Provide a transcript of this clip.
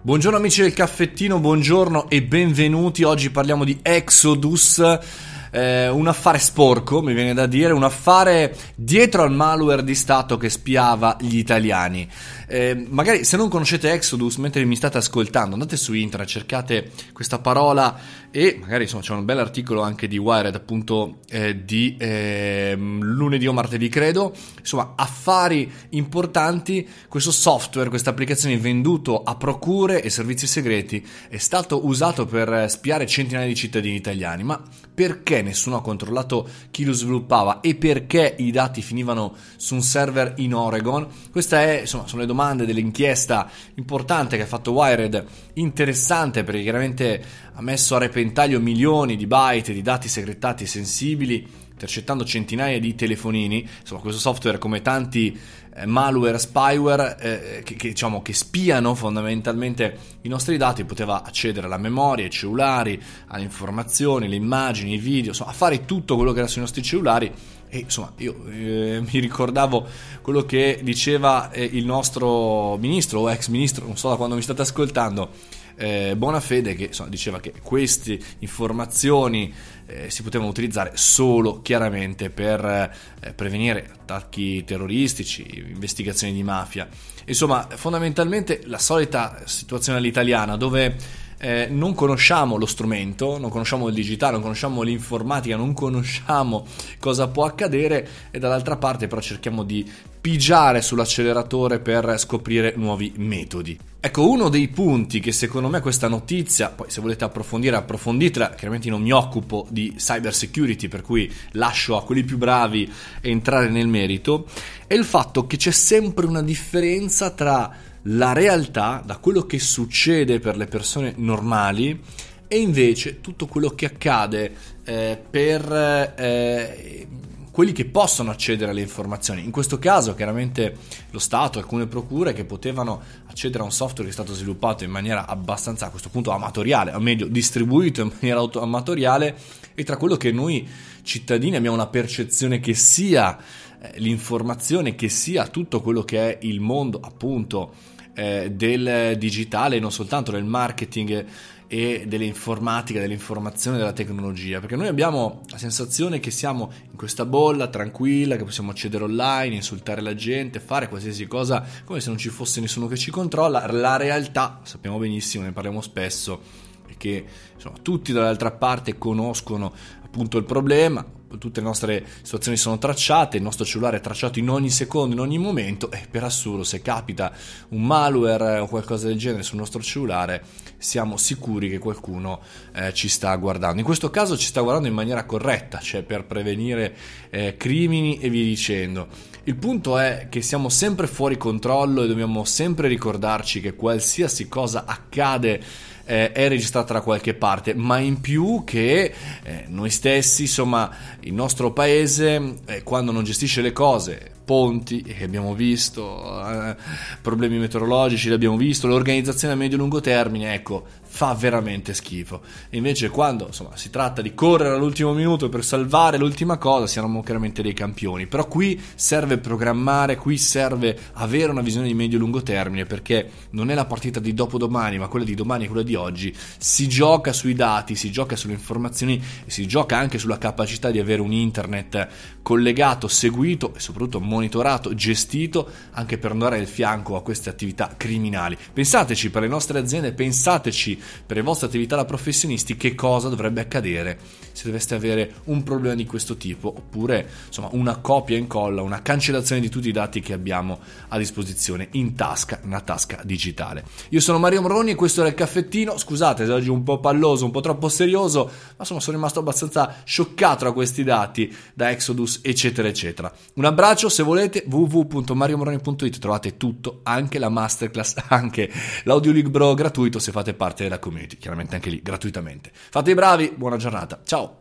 Buongiorno amici del caffettino, buongiorno e benvenuti. Oggi parliamo di Exodus, un affare sporco, mi viene da dire, un affare dietro al malware di Stato che spiava gli italiani. Magari se non conoscete Exodus, mentre mi state ascoltando, andate su internet, cercate questa parola e magari insomma c'è un bel articolo anche di Wired, appunto di lunedì o martedì credo. Insomma, affari importanti. Questo software, questa applicazione venduto a procure e servizi segreti è stato usato per spiare centinaia di cittadini italiani. Ma perché nessuno ha controllato chi lo sviluppava e perché i dati finivano su un server in Oregon? Queste sono le domande dell'inchiesta importante che ha fatto Wired, interessante perché chiaramente ha messo a repentaglio milioni di byte di dati segretati e sensibili, intercettando centinaia di telefonini. Insomma, questo software, come tanti malware, spyware che spiano fondamentalmente i nostri dati, poteva accedere alla memoria, ai cellulari, alle informazioni, alle immagini, ai video, insomma, a fare tutto quello che era sui nostri cellulari. E insomma, io mi ricordavo quello che diceva il nostro ministro o ex ministro, non so da quando mi state ascoltando, Bonafede, che insomma diceva che queste informazioni si potevano utilizzare solo chiaramente per prevenire attacchi terroristici, investigazioni di mafia. Insomma, fondamentalmente la solita situazione all'italiana, dove non conosciamo lo strumento, non conosciamo il digitale, non conosciamo l'informatica, non conosciamo cosa può accadere, e dall'altra parte però cerchiamo di pigiare sull'acceleratore per scoprire nuovi metodi. Ecco, uno dei punti che secondo me questa notizia, poi se volete approfondire approfonditela, chiaramente non mi occupo di cyber security, per cui lascio a quelli più bravi entrare nel merito, è il fatto che c'è sempre una differenza tra la realtà, da quello che succede per le persone normali, e invece tutto quello che accade per quelli che possono accedere alle informazioni. In questo caso chiaramente lo Stato, alcune procure che potevano accedere a un software che è stato sviluppato in maniera abbastanza, a questo punto, amatoriale, o meglio distribuito in maniera amatoriale, e tra quello che noi cittadini abbiamo una percezione che sia l'informazione, che sia tutto quello che è il mondo appunto del digitale, non soltanto del marketing e dell'informatica, dell'informazione, della tecnologia, perché noi abbiamo la sensazione che siamo in questa bolla tranquilla, che possiamo accedere online, insultare la gente, fare qualsiasi cosa come se non ci fosse nessuno che ci controlla. La realtà, sappiamo benissimo, ne parliamo spesso, è che insomma, tutti dall'altra parte conoscono appunto il problema. Tutte le nostre situazioni sono tracciate, il nostro cellulare è tracciato in ogni secondo, in ogni momento, e per assurdo se capita un malware o qualcosa del genere sul nostro cellulare siamo sicuri che qualcuno ci sta guardando. In questo caso ci sta guardando in maniera corretta, cioè per prevenire crimini e via dicendo. Il punto è che siamo sempre fuori controllo e dobbiamo sempre ricordarci che qualsiasi cosa accade è registrata da qualche parte, ma in più che noi stessi, insomma il nostro paese, quando non gestisce le cose, ponti che abbiamo visto, problemi meteorologici li abbiamo visto, l'organizzazione a medio e lungo termine, ecco, fa veramente schifo. E invece quando insomma si tratta di correre all'ultimo minuto per salvare l'ultima cosa, siamo chiaramente dei campioni. Però qui serve programmare, qui serve avere una visione di medio e lungo termine, perché non è la partita di dopodomani, ma quella di domani e quella di oggi. Si gioca sui dati, si gioca sulle informazioni e si gioca anche sulla capacità di avere un internet collegato, seguito e soprattutto monitorato, gestito, anche per non dare il fianco a queste attività criminali. Pensateci per le nostre aziende, pensateci per le vostre attività da professionisti, che cosa dovrebbe accadere se doveste avere un problema di questo tipo, oppure insomma una copia e incolla, una cancellazione di tutti i dati che abbiamo a disposizione in tasca, una tasca digitale. Io sono Mario Moroni e questo era il caffettino. Scusate se oggi un po' palloso, un po' troppo serioso, ma insomma sono rimasto abbastanza scioccato da questi dati, da Exodus eccetera eccetera. Un abbraccio, se volete www.mariomoroni.it trovate tutto, anche la masterclass, anche l'audiolibro gratuito se fate parte della community, chiaramente anche lì gratuitamente. Fate i bravi, buona giornata, ciao!